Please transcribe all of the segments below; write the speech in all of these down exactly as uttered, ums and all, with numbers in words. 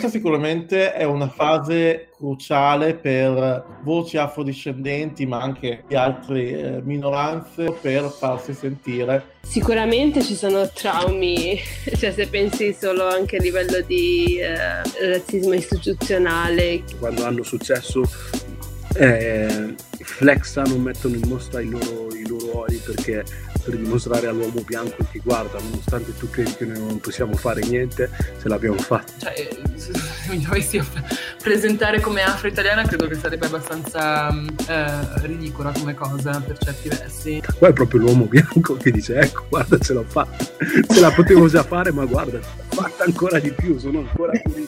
Questa sicuramente è una fase cruciale per voci afrodiscendenti, ma anche di altre eh, minoranze, per farsi sentire. Sicuramente ci sono traumi, cioè se pensi solo anche a livello di eh, razzismo istituzionale. Quando hanno successo eh, flexano, mettono in mostra i loro, i loro ori perché per dimostrare all'uomo bianco che guarda, nonostante tu credi che noi non possiamo fare niente, se l'abbiamo fatto. Cioè, se mi dovessi presentare come afro-italiana credo che sarebbe abbastanza eh, ridicola come cosa per certi versi. Poi è proprio l'uomo bianco che dice ecco guarda ce l'ho fatta, ce la potevo già fare ma guarda, fatta ancora di più, sono ancora più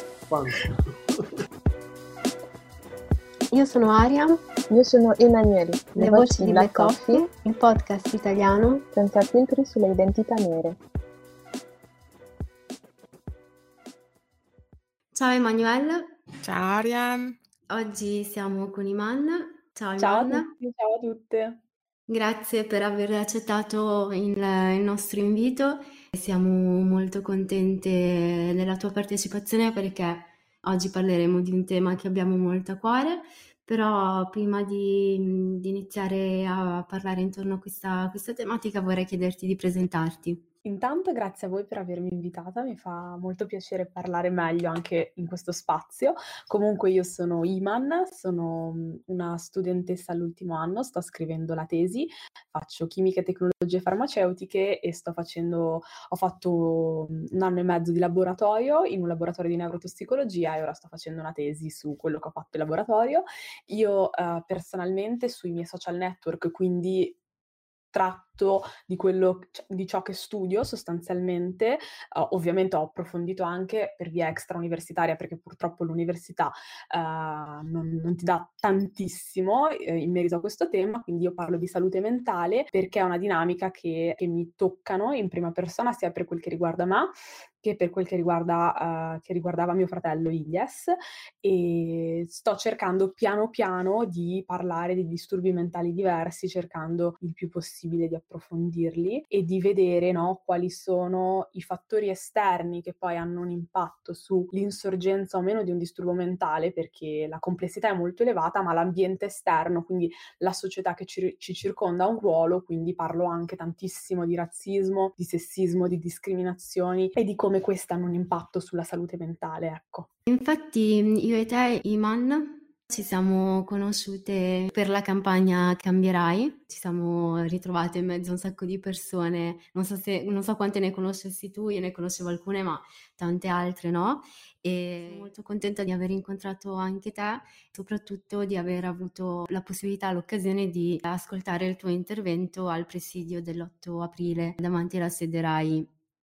Io sono Aria. Io sono Emanuele. Le, Le voci di Black Coffee, Coffee, il podcast italiano senza filtri sulle identità nere. Ciao Emanuele. Ciao Ariam. Oggi siamo con Iman. Ciao Ciao Iman. a tutti, ciao a tutte. Grazie per aver accettato il, il nostro invito. Siamo molto contente della tua partecipazione perché oggi parleremo di un tema che abbiamo molto a cuore, però prima di, di iniziare a parlare intorno a questa, questa tematica vorrei chiederti di presentarti. Intanto grazie a voi per avermi invitata, mi fa molto piacere parlare meglio anche in questo spazio. Comunque io sono Iman, sono una studentessa all'ultimo anno, sto scrivendo la tesi, faccio chimica e tecnologie farmaceutiche e sto facendo, ho fatto un anno e mezzo di laboratorio in un laboratorio di neurotossicologia e ora sto facendo una tesi su quello che ho fatto in laboratorio. Io eh, personalmente sui miei social network, quindi tratto di quello di ciò che studio sostanzialmente, uh, ovviamente ho approfondito anche per via extra universitaria perché purtroppo l'università uh, non, non ti dà tantissimo eh, in merito a questo tema, quindi io parlo di salute mentale perché è una dinamica che, che mi toccano in prima persona sia per quel che riguarda me che per quel che riguarda uh, che riguardava mio fratello Ilyes, e sto cercando piano piano di parlare di disturbi mentali diversi, cercando il più possibile di approfondirli e di vedere, no, quali sono i fattori esterni che poi hanno un impatto sull'insorgenza o meno di un disturbo mentale, perché la complessità è molto elevata, ma l'ambiente esterno, quindi la società che ci, ci circonda ha un ruolo, quindi parlo anche tantissimo di razzismo, di sessismo, di discriminazioni e di come queste hanno un impatto sulla salute mentale, ecco. Infatti io e te, Iman, ci siamo conosciute per la campagna Cambierai, ci siamo ritrovate in mezzo a un sacco di persone, non so, se, non so quante ne conoscessi tu, io ne conoscevo alcune ma tante altre no, e sono molto contenta di aver incontrato anche te, soprattutto di aver avuto la possibilità, l'occasione di ascoltare il tuo intervento al presidio dell'otto aprile davanti alla sede Rai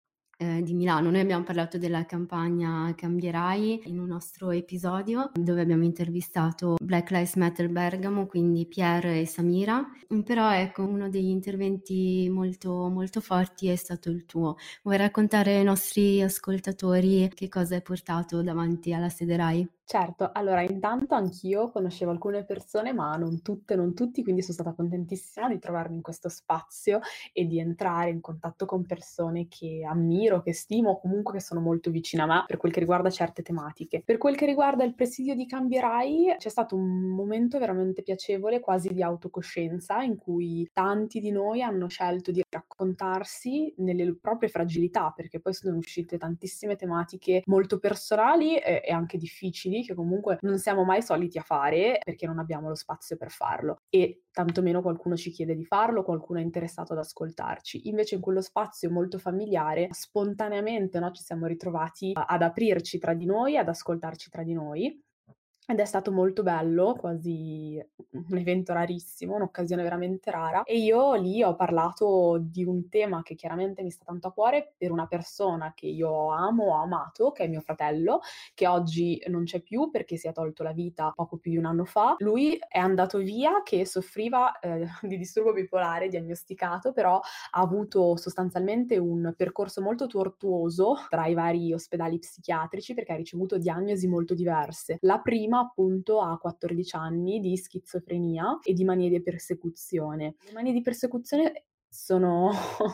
di Milano. Noi abbiamo parlato della campagna Cambierai in un nostro episodio dove abbiamo intervistato Black Lives Matter Bergamo, quindi Pierre e Samira, però ecco uno degli interventi molto molto forti è stato il tuo. Vuoi raccontare ai nostri ascoltatori che cosa hai portato davanti alla sede Rai? Certo, allora intanto anch'io conoscevo alcune persone, ma non tutte, non tutti, quindi sono stata contentissima di trovarmi in questo spazio e di entrare in contatto con persone che ammiro, che stimo, comunque che sono molto vicine a me per quel che riguarda certe tematiche. Per quel che riguarda il presidio di Cambierai, c'è stato un momento veramente piacevole, quasi di autocoscienza, in cui tanti di noi hanno scelto di raccontarsi nelle proprie fragilità, perché poi sono uscite tantissime tematiche molto personali e, e anche difficili, che comunque non siamo mai soliti a fare perché non abbiamo lo spazio per farlo e tantomeno qualcuno ci chiede di farlo, qualcuno è interessato ad ascoltarci. Invece in quello spazio molto familiare, spontaneamente, no, ci siamo ritrovati ad aprirci tra di noi, ad ascoltarci tra di noi. Ed è stato molto bello, quasi un evento rarissimo, un'occasione veramente rara. E io lì ho parlato di un tema che chiaramente mi sta tanto a cuore per una persona che io amo, ho amato, che è mio fratello, che oggi non c'è più perché si è tolto la vita poco più di un anno fa. Lui è andato via che soffriva eh, di disturbo bipolare diagnosticato, però ha avuto sostanzialmente un percorso molto tortuoso tra i vari ospedali psichiatrici perché ha ricevuto diagnosi molto diverse. La prima appunto a quattordici anni di schizofrenia e di manie di persecuzione. Le manie di persecuzione sono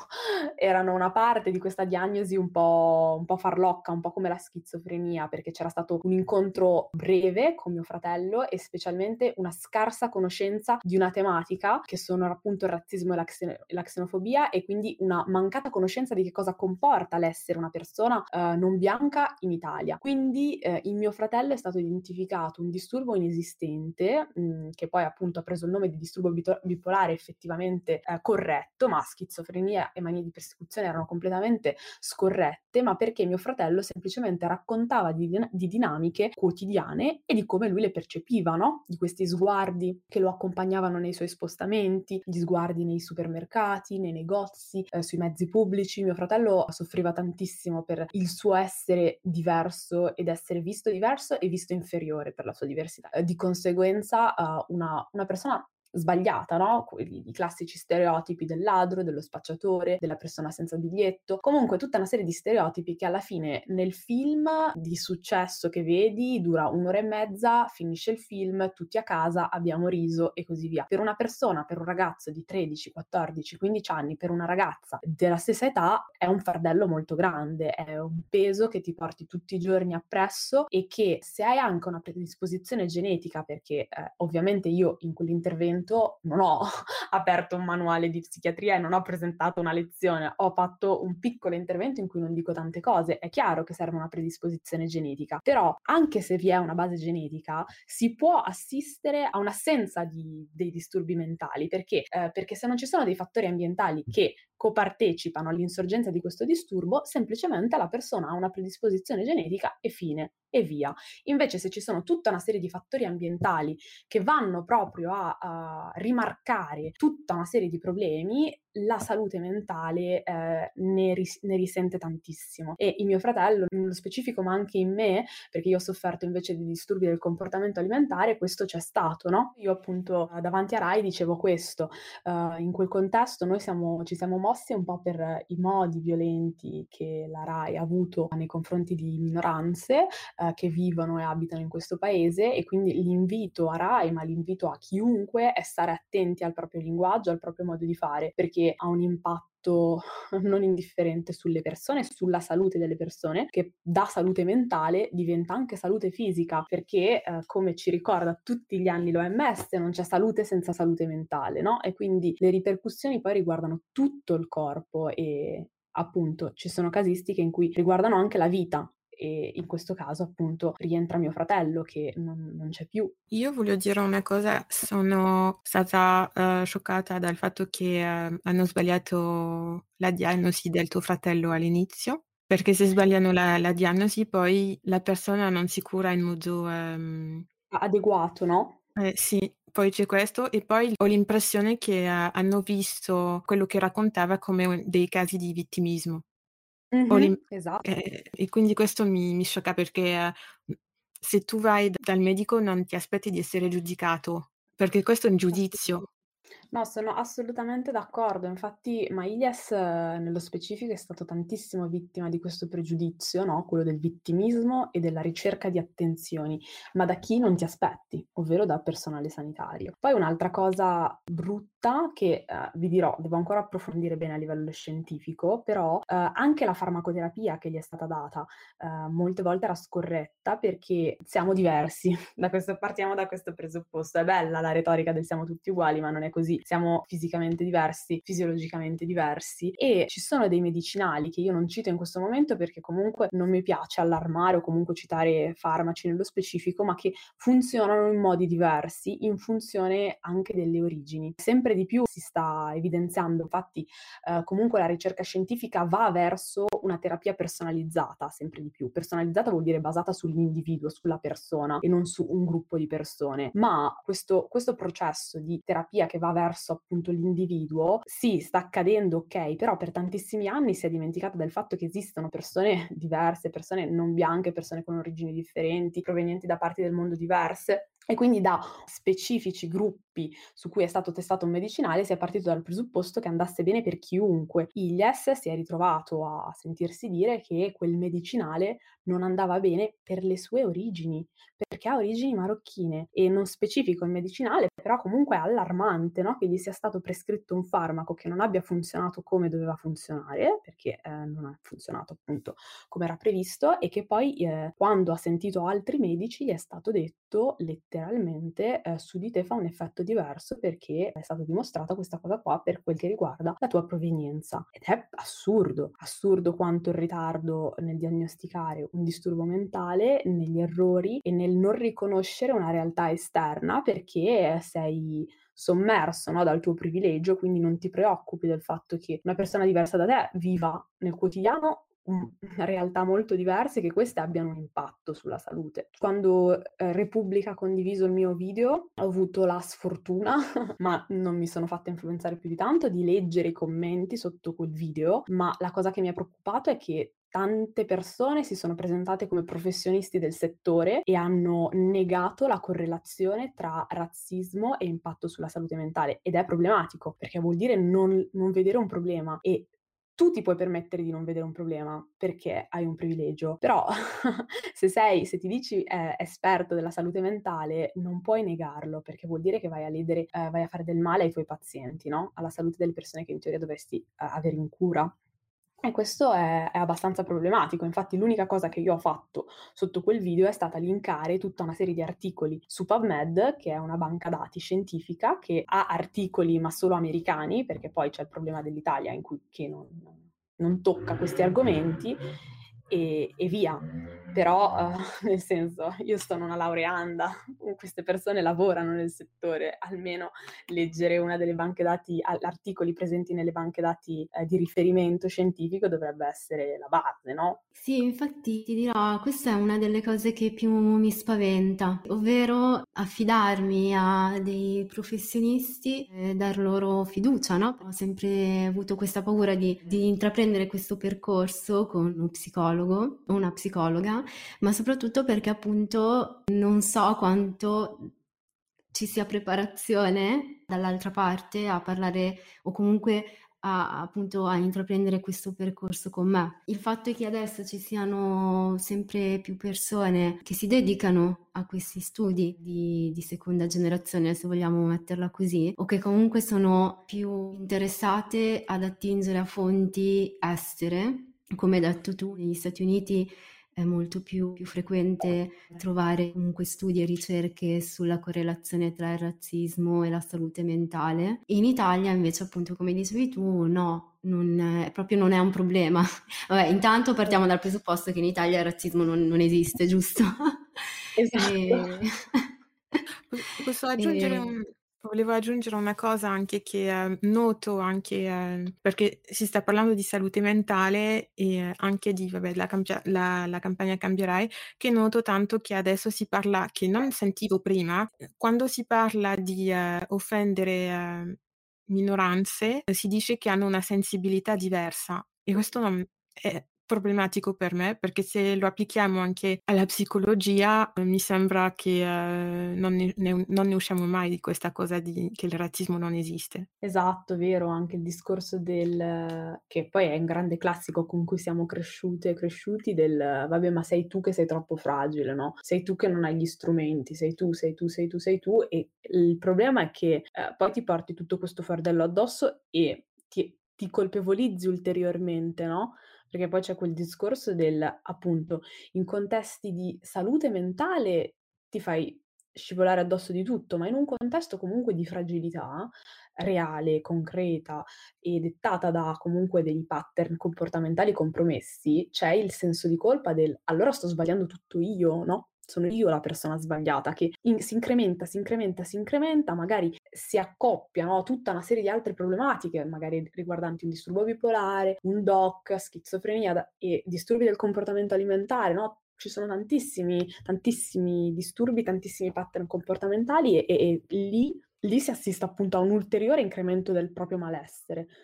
erano una parte di questa diagnosi un po', un po' farlocca, un po' come la schizofrenia, perché c'era stato un incontro breve con mio fratello e specialmente una scarsa conoscenza di una tematica che sono appunto il razzismo e la, xen- la xenofobia, e quindi una mancata conoscenza di che cosa comporta l'essere una persona eh, non bianca in Italia. Quindi eh, in mio fratello è stato identificato un disturbo inesistente, mh, che poi appunto ha preso il nome di disturbo bito- bipolare effettivamente eh, corretto, ma schizofrenia e manie di persecuzione erano completamente scorrette, ma perché mio fratello semplicemente raccontava di, di dinamiche quotidiane e di come lui le percepiva, no? Di questi sguardi che lo accompagnavano nei suoi spostamenti, gli sguardi nei supermercati, nei negozi, eh, sui mezzi pubblici. Mio fratello soffriva tantissimo per il suo essere diverso ed essere visto diverso e visto inferiore per la sua diversità. Eh, di conseguenza, uh, una, una persona sbagliata, no? I, I classici stereotipi del ladro, dello spacciatore, della persona senza biglietto, comunque tutta una serie di stereotipi che alla fine nel film di successo che vedi dura un'ora e mezza, finisce il film, tutti a casa, abbiamo riso e così via. Per una persona, per un ragazzo di tredici, quattordici, quindici anni, per una ragazza della stessa età è un fardello molto grande, è un peso che ti porti tutti i giorni appresso e che se hai anche una predisposizione genetica, perché eh, ovviamente io in quell'intervento non ho aperto un manuale di psichiatria e non ho presentato una lezione, ho fatto un piccolo intervento in cui non dico tante cose. È chiaro che serve una predisposizione genetica, però anche se vi è una base genetica si può assistere a un'assenza di, dei disturbi mentali, perché? Eh, perché se non ci sono dei fattori ambientali che copartecipano all'insorgenza di questo disturbo, semplicemente la persona ha una predisposizione genetica e fine, e via. Invece se ci sono tutta una serie di fattori ambientali che vanno proprio a, a rimarcare tutta una serie di problemi, la salute mentale eh, ne, ris- ne risente tantissimo. E in mio fratello, nello specifico, ma anche in me, perché io ho sofferto invece di disturbi del comportamento alimentare, questo c'è stato, no? Io appunto davanti a Rai dicevo questo, uh, in quel contesto noi siamo, ci siamo mossi un po' per i modi violenti che la Rai ha avuto nei confronti di minoranze uh, che vivono e abitano in questo paese, e quindi l'invito a Rai, ma l'invito a chiunque, è stare attenti al proprio linguaggio, al proprio modo di fare, perché ha un impatto non indifferente sulle persone, sulla salute delle persone, che da salute mentale diventa anche salute fisica, perché eh, come ci ricorda tutti gli anni l'O M S, non c'è salute senza salute mentale, no? E quindi le ripercussioni poi riguardano tutto il corpo e appunto ci sono casistiche in cui riguardano anche la vita. E in questo caso appunto rientra mio fratello che non, non c'è più. Io voglio dire una cosa, sono stata uh, scioccata dal fatto che uh, hanno sbagliato la diagnosi del tuo fratello all'inizio, perché se sbagliano la, la diagnosi poi la persona non si cura in modo um, adeguato, no? Eh, sì, poi c'è questo e poi ho l'impressione che uh, hanno visto quello che raccontava come un- dei casi di vittimismo. Ho Mm-hmm, l'im- esatto. eh, e quindi questo mi, mi sciocca perché eh, se tu vai d- dal medico non ti aspetti di essere giudicato, perché questo è un giudizio. No, sono assolutamente d'accordo. Infatti, Mailias, eh, nello specifico, è stato tantissimo vittima di questo pregiudizio, no? Quello del vittimismo e della ricerca di attenzioni, ma da chi non ti aspetti, ovvero da personale sanitario. Poi un'altra cosa brutta che eh, vi dirò, devo ancora approfondire bene a livello scientifico, però eh, anche la farmacoterapia che gli è stata data eh, molte volte era scorretta perché siamo diversi. Da questo, partiamo da questo presupposto. È bella la retorica del siamo tutti uguali, ma non è così. Siamo fisicamente diversi, fisiologicamente diversi, e ci sono dei medicinali che io non cito in questo momento perché comunque non mi piace allarmare o comunque citare farmaci nello specifico, ma che funzionano in modi diversi in funzione anche delle origini. Sempre di più si sta evidenziando, infatti eh, comunque la ricerca scientifica va verso una terapia personalizzata, sempre di più. Personalizzata vuol dire basata sull'individuo, sulla persona e non su un gruppo di persone, ma questo, questo processo di terapia che va verso appunto l'individuo, sì, sta accadendo, ok, però per tantissimi anni si è dimenticata del fatto che esistono persone diverse, persone non bianche, persone con origini differenti, provenienti da parti del mondo diverse, E quindi da specifici gruppi su cui è stato testato un medicinale si è partito dal presupposto che andasse bene per chiunque. Ilyes si è ritrovato a sentirsi dire che quel medicinale non andava bene per le sue origini, perché ha origini marocchine, e non specifico il medicinale, però comunque è allarmante, no? Che gli sia stato prescritto un farmaco che non abbia funzionato come doveva funzionare, perché eh, non ha funzionato appunto come era previsto, e che poi eh, quando ha sentito altri medici gli è stato detto letteralmente eh, su di te fa un effetto diverso perché è stata dimostrata questa cosa qua per quel che riguarda la tua provenienza. Ed è assurdo, assurdo quanto il ritardo nel diagnosticare un disturbo mentale, negli errori e nel non riconoscere una realtà esterna perché sei sommerso, no, dal tuo privilegio, quindi non ti preoccupi del fatto che una persona diversa da te viva nel quotidiano realtà molto diverse, che queste abbiano un impatto sulla salute. Quando eh, Repubblica ha condiviso il mio video ho avuto la sfortuna, ma non mi sono fatta influenzare più di tanto, di leggere i commenti sotto quel video, ma la cosa che mi ha preoccupato è che tante persone si sono presentate come professionisti del settore e hanno negato la correlazione tra razzismo e impatto sulla salute mentale, ed è problematico perché vuol dire non, non vedere un problema, e tu ti puoi permettere di non vedere un problema perché hai un privilegio, però se sei, se ti dici eh, esperto della salute mentale, non puoi negarlo, perché vuol dire che vai a ledere, eh, vai a fare del male ai tuoi pazienti, no? Alla salute delle persone che in teoria dovresti eh, avere in cura. E questo è, è abbastanza problematico. Infatti l'unica cosa che io ho fatto sotto quel video è stata linkare tutta una serie di articoli su PubMed, che è una banca dati scientifica che ha articoli ma solo americani, perché poi c'è il problema dell'Italia in cui che non, non tocca questi argomenti, e, e via. Però, uh, nel senso, io sono una laureanda, queste persone lavorano nel settore, almeno leggere una delle banche dati, articoli presenti nelle banche dati eh, di riferimento scientifico dovrebbe essere la base, no? Sì, infatti ti dirò, questa è una delle cose che più mi spaventa, ovvero affidarmi a dei professionisti e dar loro fiducia, no? Ho sempre avuto questa paura di, di intraprendere questo percorso con uno psicologo o una psicologa, ma soprattutto perché appunto non so quanto ci sia preparazione dall'altra parte a parlare o comunque a, appunto a intraprendere questo percorso con me. Il fatto è che adesso ci siano sempre più persone che si dedicano a questi studi di, di seconda generazione, se vogliamo metterla così, o che comunque sono più interessate ad attingere a fonti estere. Come hai detto tu, negli Stati Uniti è molto più, più frequente trovare comunque studi e ricerche sulla correlazione tra il razzismo e la salute mentale. In Italia invece, appunto, come dicevi tu, no, non è, proprio non è un problema. Vabbè, intanto partiamo dal presupposto che in Italia il razzismo non, non esiste, giusto? Esatto. E... Posso aggiungere e... un... Volevo aggiungere una cosa anche che eh, noto, anche eh, perché si sta parlando di salute mentale e eh, anche di vabbè, la, campia- la, la campagna Cambierai, che noto tanto che adesso si parla, che non sentivo prima, quando si parla di eh, offendere eh, minoranze, si dice che hanno una sensibilità diversa, e questo non è problematico per me, perché se lo applichiamo anche alla psicologia eh, mi sembra che eh, non, ne, ne, non ne usciamo mai di questa cosa di, che il razzismo non esiste. Esatto, vero, anche il discorso del, che poi è un grande classico con cui siamo cresciute e cresciuti, del vabbè, ma sei tu che sei troppo fragile, no? Sei tu che non hai gli strumenti, sei tu, sei tu, sei tu, sei tu, e il problema è che eh, poi ti porti tutto questo fardello addosso e ti, ti colpevolizzi ulteriormente, no? Perché poi c'è quel discorso del, appunto, in contesti di salute mentale ti fai scivolare addosso di tutto, ma in un contesto comunque di fragilità reale, concreta e dettata da comunque dei pattern comportamentali compromessi, c'è il senso di colpa del allora sto sbagliando tutto io, no? Sono io la persona sbagliata, che in, si incrementa, si incrementa, si incrementa, magari si accoppia, no, tutta una serie di altre problematiche, magari riguardanti un disturbo bipolare, un D O C, schizofrenia da, e disturbi del comportamento alimentare, no? Ci sono tantissimi, tantissimi disturbi, tantissimi pattern comportamentali e, e, e lì, lì si assiste appunto a un ulteriore incremento del proprio malessere.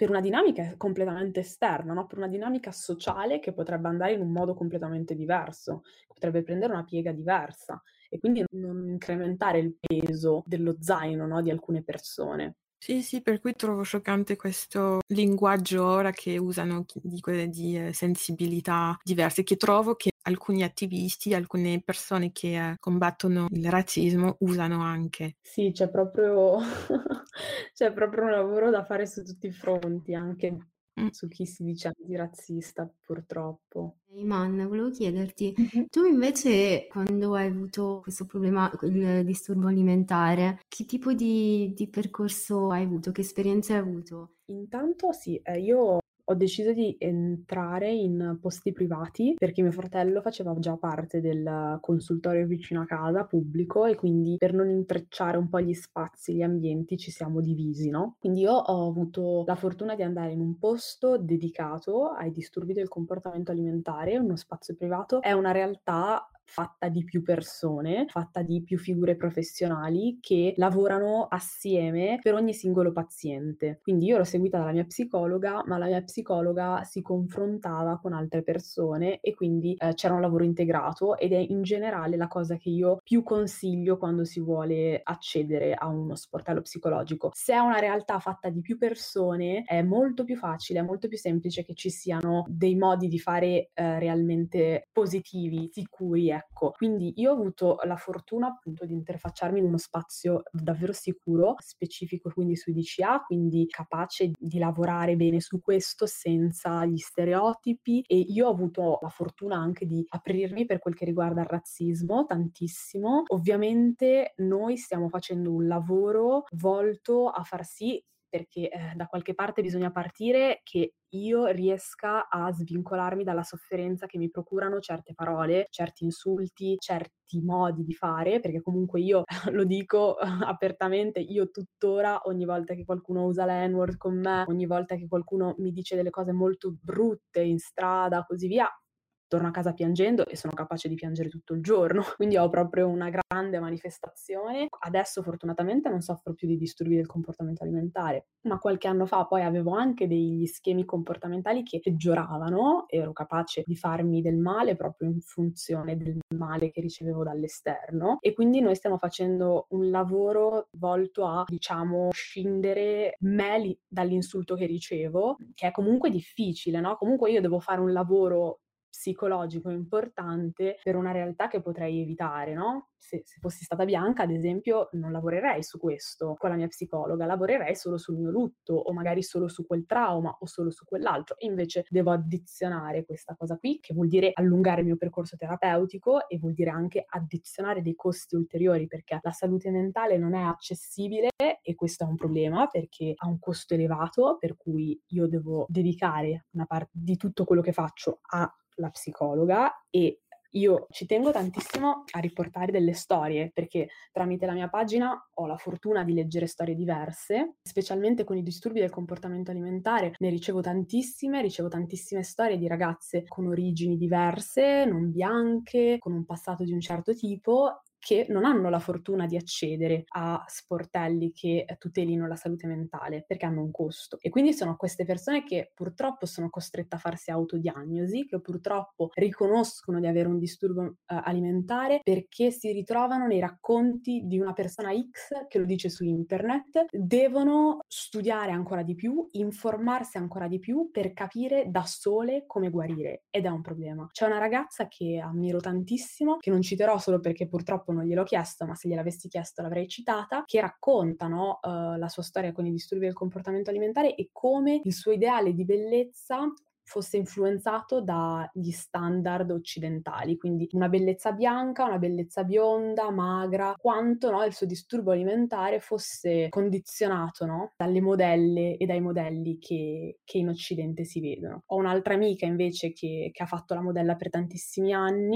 per una dinamica completamente esterna, no? Per una dinamica sociale che potrebbe andare in un modo completamente diverso, potrebbe prendere una piega diversa e quindi non incrementare il peso dello zaino, no? Di alcune persone. Sì, sì, per cui trovo scioccante questo linguaggio ora che usano chi- di, quelle di eh, sensibilità diverse, che trovo che alcuni attivisti, alcune persone che eh, combattono il razzismo usano anche. Sì, c'è proprio, c'è proprio un lavoro da fare su tutti i fronti, anche Mm. su chi si dice antirazzista, purtroppo. Iman, volevo chiederti, Mhm. tu invece quando hai avuto questo problema, il disturbo alimentare, che tipo di, di percorso hai avuto, che esperienze hai avuto? Intanto sì, eh, io ho deciso di entrare in posti privati perché mio fratello faceva già parte del consultorio vicino a casa, pubblico, e quindi per non intrecciare un po' gli spazi, gli ambienti, ci siamo divisi, no? Quindi io ho avuto la fortuna di andare in un posto dedicato ai disturbi del comportamento alimentare, uno spazio privato. È una realtà fatta di più persone, fatta di più figure professionali che lavorano assieme per ogni singolo paziente. Quindi io ero seguita dalla mia psicologa, ma la mia psicologa si confrontava con altre persone e quindi eh, c'era un lavoro integrato, ed è in generale la cosa che io più consiglio quando si vuole accedere a uno sportello psicologico. Se è una realtà fatta di più persone è molto più facile, è molto più semplice che ci siano dei modi di fare eh, realmente positivi, sicuri, ecco. Quindi io ho avuto la fortuna appunto di interfacciarmi in uno spazio davvero sicuro, specifico quindi sui D C A, quindi capace di lavorare bene su questo senza gli stereotipi, e io ho avuto la fortuna anche di aprirmi per quel che riguarda il razzismo tantissimo. Ovviamente noi stiamo facendo un lavoro volto a far sì, perché eh, da qualche parte bisogna partire, che io riesca a svincolarmi dalla sofferenza che mi procurano certe parole, certi insulti, certi modi di fare, perché comunque io lo dico apertamente, io tuttora ogni volta che qualcuno usa l'N-word con me, ogni volta che qualcuno mi dice delle cose molto brutte in strada, così via, torno a casa piangendo e sono capace di piangere tutto il giorno, quindi ho proprio una grande manifestazione. Adesso fortunatamente non soffro più di disturbi del comportamento alimentare, ma qualche anno fa poi avevo anche degli schemi comportamentali che peggioravano, ero capace di farmi del male proprio in funzione del male che ricevevo dall'esterno, e quindi noi stiamo facendo un lavoro volto a, diciamo, scindere me li- dall'insulto che ricevo, che è comunque difficile, no? Comunque io devo fare un lavoro psicologico importante per una realtà che potrei evitare, no? Se, se fossi stata bianca, ad esempio, non lavorerei su questo con la mia psicologa, lavorerei solo sul mio lutto o magari solo su quel trauma o solo su quell'altro, e invece devo addizionare questa cosa qui, che vuol dire allungare il mio percorso terapeutico e vuol dire anche addizionare dei costi ulteriori, perché la salute mentale non è accessibile, e questo è un problema perché ha un costo elevato, per cui io devo dedicare una parte di tutto quello che faccio a la psicologa, e io ci tengo tantissimo a riportare delle storie, perché tramite la mia pagina ho la fortuna di leggere storie diverse, specialmente con i disturbi del comportamento alimentare. Ne ricevo tantissime, ricevo tantissime storie di ragazze con origini diverse, non bianche, con un passato di un certo tipo, che non hanno la fortuna di accedere a sportelli che tutelino la salute mentale, perché hanno un costo. E quindi sono queste persone che purtroppo sono costrette a farsi autodiagnosi, che purtroppo riconoscono di avere un disturbo eh, alimentare, perché si ritrovano nei racconti di una persona X che lo dice su internet, devono studiare ancora di più, informarsi ancora di più per capire da sole come guarire, ed è un problema. C'è una ragazza che ammiro tantissimo, che non citerò solo perché purtroppo non gliel'ho chiesto, ma se gliel'avessi chiesto l'avrei citata, che racconta, no, uh, la sua storia con i disturbi del comportamento alimentare e come il suo ideale di bellezza fosse influenzato dagli standard occidentali, quindi una bellezza bianca, una bellezza bionda, magra, quanto, no, il suo disturbo alimentare fosse condizionato, no, dalle modelle e dai modelli che, che in Occidente si vedono. Ho un'altra amica invece che, che ha fatto la modella per tantissimi anni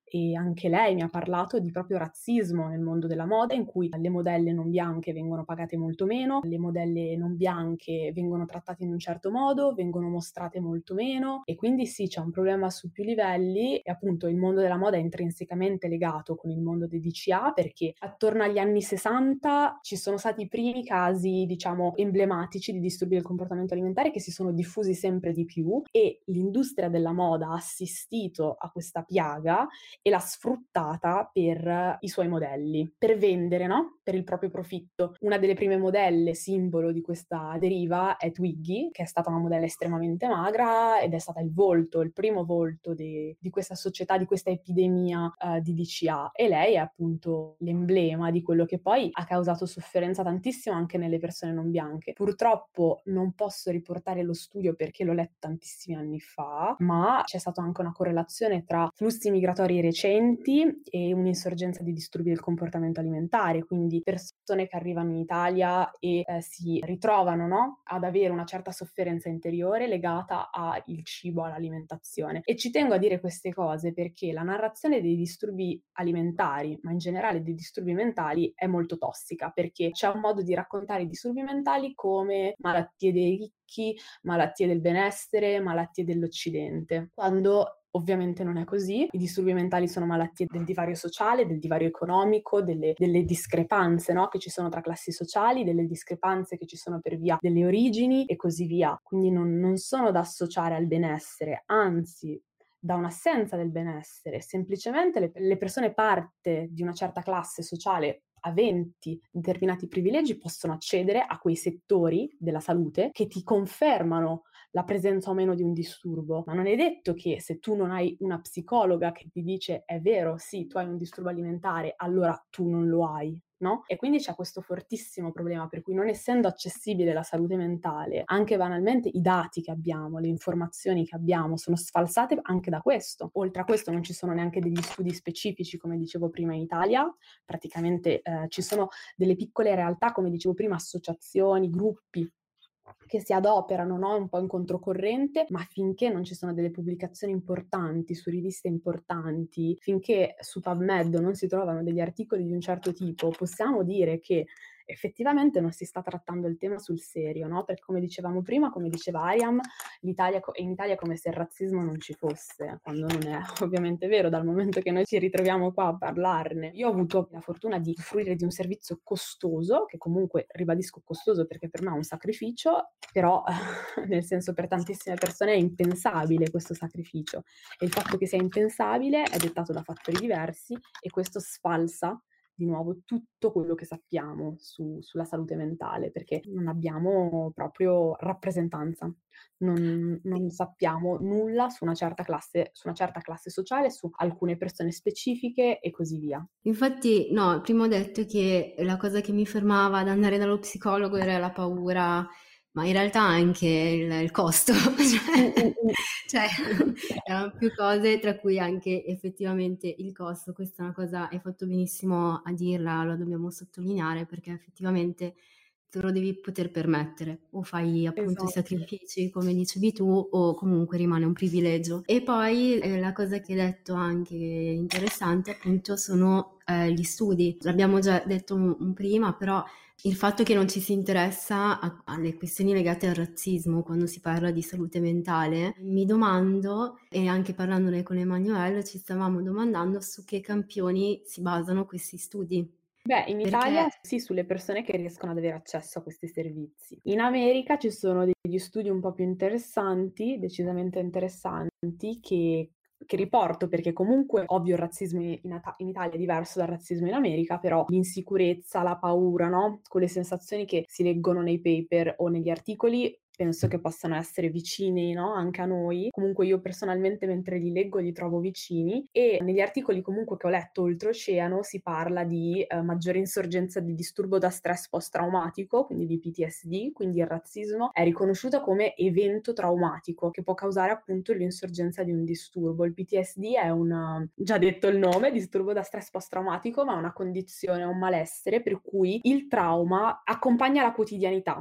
e anche lei mi ha parlato di proprio razzismo nel mondo della moda, in cui le modelle non bianche vengono pagate molto meno, le modelle non bianche vengono trattate in un certo modo, vengono mostrate molto meno, e quindi sì, c'è un problema su più livelli, e appunto il mondo della moda è intrinsecamente legato con il mondo dei D C A, perché attorno agli anni sessanta ci sono stati i primi casi, diciamo, emblematici di disturbi del comportamento alimentare che si sono diffusi sempre di più, e l'industria della moda ha assistito a questa piaga e l'ha sfruttata per i suoi modelli, per vendere, no? Per il proprio profitto. Una delle prime modelle simbolo di questa deriva è Twiggy, che è stata una modella estremamente magra ed è stata il volto, il primo volto de- di questa società, di questa epidemia uh, di D C A, e lei è appunto l'emblema di quello che poi ha causato sofferenza tantissimo anche nelle persone non bianche. Purtroppo non posso riportare lo studio perché l'ho letto tantissimi anni fa, ma c'è stata anche una correlazione tra flussi migratori recenti e un'insorgenza di disturbi del comportamento alimentare, quindi persone che arrivano in Italia e eh, si ritrovano, no, ad avere una certa sofferenza interiore legata al cibo, all'alimentazione. E ci tengo a dire queste cose perché la narrazione dei disturbi alimentari, ma in generale dei disturbi mentali, è molto tossica, perché c'è un modo di raccontare i disturbi mentali come malattie dei ricchi, malattie del benessere, malattie dell'Occidente, quando ovviamente non è così. I disturbi mentali sono malattie del divario sociale, del divario economico, delle, delle discrepanze, no, che ci sono tra classi sociali, delle discrepanze che ci sono per via delle origini e così via. Quindi non, non sono da associare al benessere, anzi da un'assenza del benessere. Semplicemente le, le persone parte di una certa classe sociale aventi determinati privilegi possono accedere a quei settori della salute che ti confermano la presenza o meno di un disturbo, ma non è detto che se tu non hai una psicologa che ti dice è vero, sì, tu hai un disturbo alimentare, allora tu non lo hai, no? E quindi c'è questo fortissimo problema per cui, non essendo accessibile la salute mentale, anche banalmente i dati che abbiamo, le informazioni che abbiamo sono sfalsate anche da questo. Oltre a questo non ci sono neanche degli studi specifici, come dicevo prima, in Italia. Praticamente eh, ci sono delle piccole realtà, come dicevo prima, associazioni, gruppi che si adoperano, no? Un po' in controcorrente, ma finché non ci sono delle pubblicazioni importanti su riviste importanti, finché su PubMed non si trovano degli articoli di un certo tipo, possiamo dire che effettivamente non si sta trattando il tema sul serio, no? Perché come dicevamo prima, come diceva Ariam, l'Italia co- in Italia è come se il razzismo non ci fosse, quando non è ovviamente vero, dal momento che noi ci ritroviamo qua a parlarne. Io ho avuto la fortuna di fruire di un servizio costoso, che comunque ribadisco costoso perché per me è un sacrificio, però nel senso per tantissime persone è impensabile questo sacrificio, e il fatto che sia impensabile è dettato da fattori diversi, e questo sfalsa di nuovo tutto quello che sappiamo su, sulla salute mentale, perché non abbiamo proprio rappresentanza, non, non sappiamo nulla su una certa classe, su una certa classe sociale, su alcune persone specifiche e così via. Infatti, no, prima ho detto che la cosa che mi fermava ad andare dallo psicologo era la paura, ma in realtà anche il, il costo, cioè, cioè erano più cose, tra cui anche effettivamente il costo. Questa è una cosa, hai fatto benissimo a dirla, lo dobbiamo sottolineare, perché effettivamente te lo devi poter permettere, o fai appunto i Esatto. sacrifici come dicevi tu, o comunque rimane un privilegio. E poi eh, la cosa che hai detto anche interessante appunto sono eh, gli studi. L'abbiamo già detto un, un prima, però il fatto che non ci si interessa a- alle questioni legate al razzismo quando si parla di salute mentale, mi domando, e anche parlandone con Emanuele ci stavamo domandando su che campioni si basano questi studi. Beh, in Perché- Italia sì, sulle persone che riescono ad avere accesso a questi servizi. In America ci sono degli studi un po' più interessanti, decisamente interessanti, che, che riporto, perché comunque ovvio il razzismo in, Ata- in Italia è diverso dal razzismo in America, però l'insicurezza, la paura, no? Quelle sensazioni che si leggono nei paper o negli articoli, penso che possano essere vicini, no? Anche a noi. Comunque io personalmente mentre li leggo li trovo vicini, e negli articoli comunque che ho letto oltreoceano si parla di eh, maggiore insorgenza di disturbo da stress post-traumatico, quindi di P T S D, quindi il razzismo è riconosciuto come evento traumatico che può causare appunto l'insorgenza di un disturbo. Il P T S D è una, già detto il nome, disturbo da stress post-traumatico, ma è una condizione, un malessere per cui il trauma accompagna la quotidianità.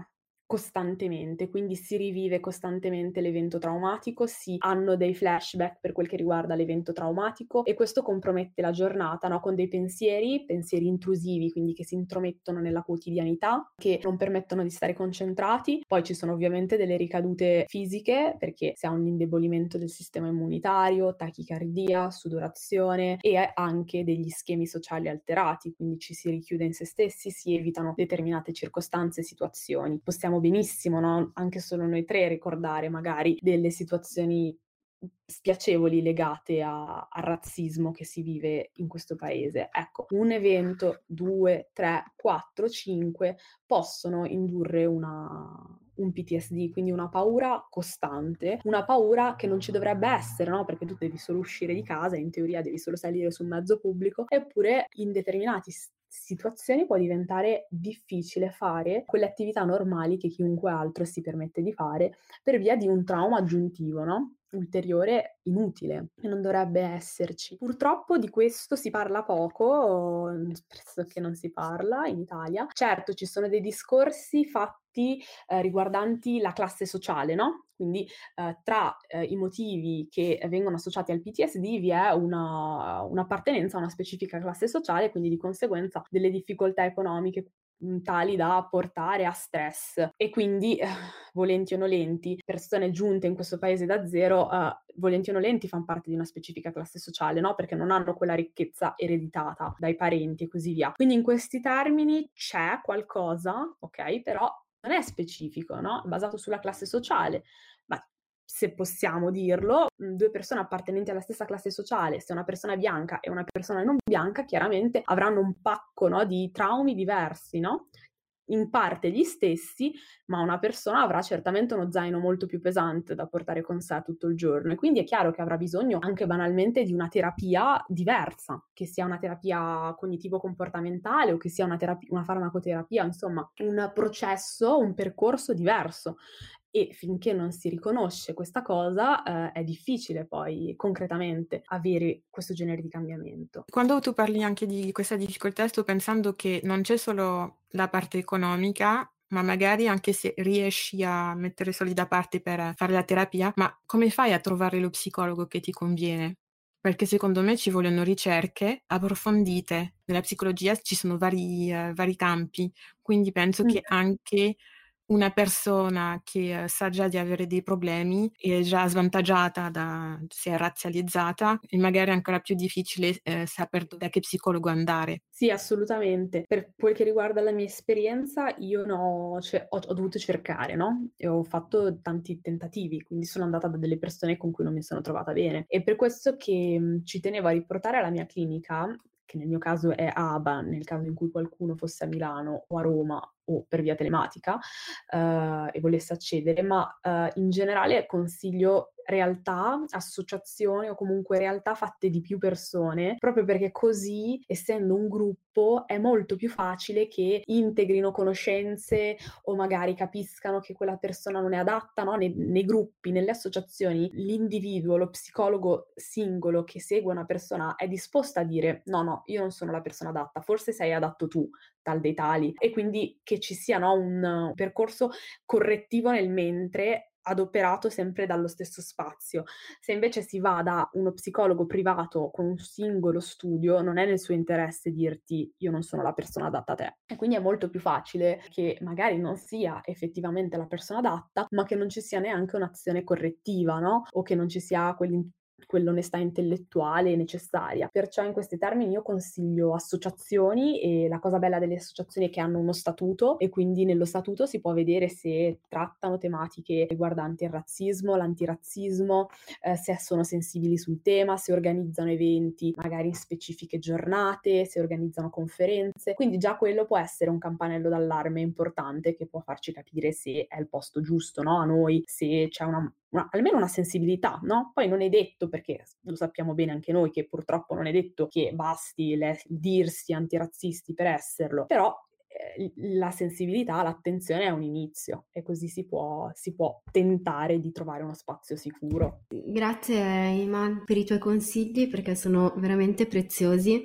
costantemente, quindi si rivive costantemente l'evento traumatico, si hanno dei flashback per quel che riguarda l'evento traumatico e questo compromette la giornata, no? Con dei pensieri, pensieri intrusivi, quindi che si intromettono nella quotidianità, che non permettono di stare concentrati. Poi ci sono ovviamente delle ricadute fisiche, perché si ha un indebolimento del sistema immunitario, tachicardia, sudorazione e anche degli schemi sociali alterati, quindi ci si richiude in se stessi, si evitano determinate circostanze e situazioni. Possiamo benissimo, no? Anche solo noi tre ricordare magari delle situazioni spiacevoli legate a, al razzismo che si vive in questo paese. Ecco, un evento, due, tre, quattro, cinque possono indurre una, un P T S D, quindi una paura costante, una paura che non ci dovrebbe essere, no? Perché tu devi solo uscire di casa, in teoria devi solo salire su un mezzo pubblico, eppure in determinati situazioni può diventare difficile fare quelle attività normali che chiunque altro si permette di fare per via di un trauma aggiuntivo, no? Ulteriore, inutile, e non dovrebbe esserci. Purtroppo di questo si parla poco, pressoché non si parla in Italia. Certo, ci sono dei discorsi fatti eh, riguardanti la classe sociale, no? Quindi eh, tra eh, i motivi che vengono associati al P T S D vi è una, un'appartenenza a una specifica classe sociale, quindi di conseguenza delle difficoltà economiche tali da portare a stress e quindi eh, volenti o nolenti persone giunte in questo paese da zero eh, volenti o nolenti fanno parte di una specifica classe sociale, no? Perché non hanno quella ricchezza ereditata dai parenti e così via. Quindi in questi termini c'è qualcosa, ok? Però non è specifico, no? È basato sulla classe sociale, ma se possiamo dirlo, due persone appartenenti alla stessa classe sociale, se una persona è bianca e una persona non bianca, chiaramente avranno un pacco, no, di traumi diversi, no? In parte gli stessi, ma una persona avrà certamente uno zaino molto più pesante da portare con sé tutto il giorno e quindi è chiaro che avrà bisogno anche banalmente di una terapia diversa, che sia una terapia cognitivo-comportamentale o che sia una, terapia, una farmacoterapia, insomma un processo, un percorso diverso. E finché non si riconosce questa cosa eh, è difficile poi concretamente avere questo genere di cambiamento. Quando tu parli anche di questa difficoltà sto pensando che non c'è solo la parte economica, ma magari anche se riesci a mettere soldi da parte per fare la terapia, ma come fai a trovare lo psicologo che ti conviene? Perché secondo me ci vogliono ricerche approfondite. Nella psicologia ci sono vari, uh, vari campi, quindi penso mm. che anche una persona che eh, sa già di avere dei problemi è già svantaggiata, da, si è razzializzata e magari è ancora più difficile eh, sapere da che psicologo andare. Sì, assolutamente. Per quel che riguarda la mia esperienza, io no, cioè, ho, ho dovuto cercare, no? E ho fatto tanti tentativi, quindi sono andata da delle persone con cui non mi sono trovata bene. E per questo che mh, ci tenevo a riportare alla mia clinica, che nel mio caso è A B A, nel caso in cui qualcuno fosse a Milano o a Roma o per via telematica uh, e volesse accedere, ma uh, in generale consiglio realtà, associazioni o comunque realtà fatte di più persone, proprio perché così, essendo un gruppo, è molto più facile che integrino conoscenze o magari capiscano che quella persona non è adatta, no? Nei, nei gruppi, nelle associazioni, l'individuo, lo psicologo singolo che segue una persona è disposto a dire no, no, io non sono la persona adatta, forse sei adatto tu, tal dei tali, e quindi che ci sia, no, un, un percorso correttivo nel mentre adoperato sempre dallo stesso spazio. Se invece si va da uno psicologo privato con un singolo studio, non è nel suo interesse dirti io non sono la persona adatta a te. E quindi è molto più facile che magari non sia effettivamente la persona adatta, ma che non ci sia neanche un'azione correttiva, no? O che non ci sia quell'in- quell'onestà intellettuale necessaria. Perciò in questi termini io consiglio associazioni, e la cosa bella delle associazioni è che hanno uno statuto e quindi nello statuto si può vedere se trattano tematiche riguardanti il razzismo, l'antirazzismo, eh, se sono sensibili sul tema, se organizzano eventi magari in specifiche giornate, se organizzano conferenze, quindi già quello può essere un campanello d'allarme importante che può farci capire se è il posto giusto, no? A noi, se c'è una Una, almeno una sensibilità, no? Poi non è detto, perché lo sappiamo bene anche noi, che purtroppo non è detto che basti le, dirsi antirazzisti per esserlo, però eh, la sensibilità, l'attenzione è un inizio e così si può, si può tentare di trovare uno spazio sicuro. Grazie Iman per i tuoi consigli, perché sono veramente preziosi.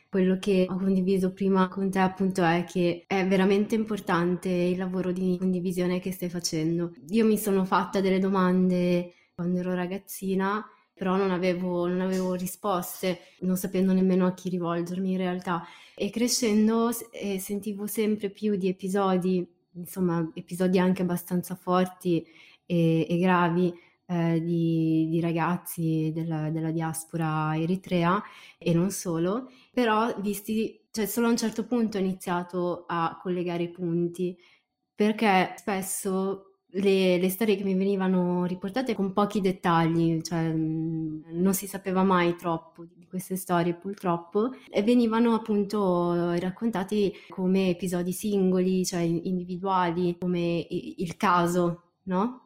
quello che ho condiviso prima con te appunto è che è veramente importante il lavoro di condivisione che stai facendo. Io mi sono fatta delle domande quando ero ragazzina, però non avevo, non avevo risposte, non sapendo nemmeno a chi rivolgermi in realtà. E crescendo eh, sentivo sempre più di episodi, insomma, episodi anche abbastanza forti e, e gravi eh, di, di ragazzi della, della diaspora eritrea e non solo, però visti, cioè solo a un certo punto ho iniziato a collegare i punti, perché spesso le, le storie che mi venivano riportate con pochi dettagli, cioè mh, non si sapeva mai troppo di queste storie purtroppo, e venivano appunto raccontati come episodi singoli, cioè individuali, come i- il caso, no?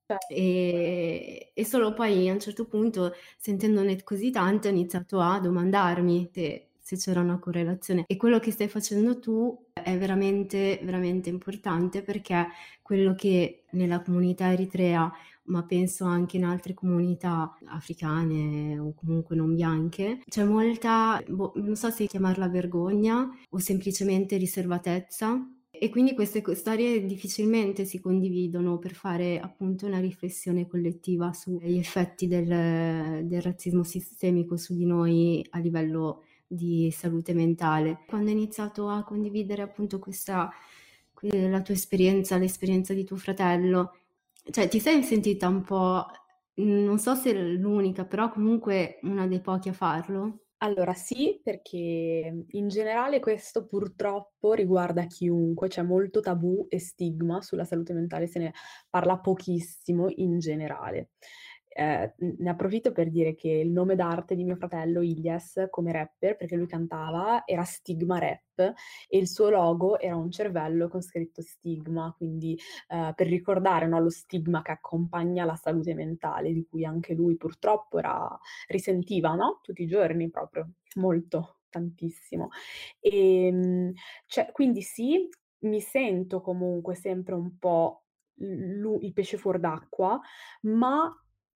E, e solo poi a un certo punto, sentendone così tante, ho iniziato a domandarmi se, se c'era una correlazione. E quello che stai facendo tu è veramente, veramente importante, perché quello che nella comunità eritrea, ma penso anche in altre comunità africane o comunque non bianche, c'è molta, boh, non so se chiamarla vergogna o semplicemente riservatezza. E quindi queste co- storie difficilmente si condividono per fare appunto una riflessione collettiva sugli effetti del, del razzismo sistemico su di noi a livello di salute mentale. Quando hai iniziato a condividere appunto questa, que- la tua esperienza, l'esperienza di tuo fratello, cioè ti sei sentita un po', non so se l'unica, però comunque una dei pochi a farlo? Allora sì, perché in generale questo purtroppo riguarda chiunque, c'è molto tabù e stigma sulla salute mentale, se ne parla pochissimo in generale. Eh, ne approfitto per dire che il nome d'arte di mio fratello Ilyes come rapper, perché lui cantava, era Stigma Rap e il suo logo era un cervello con scritto stigma, quindi eh, per ricordare, no, lo stigma che accompagna la salute mentale, di cui anche lui purtroppo era, risentiva, no? Tutti i giorni proprio, molto, tantissimo. E, mh, cioè, quindi sì, mi sento comunque sempre un po' lu- il pesce fuor d'acqua, ma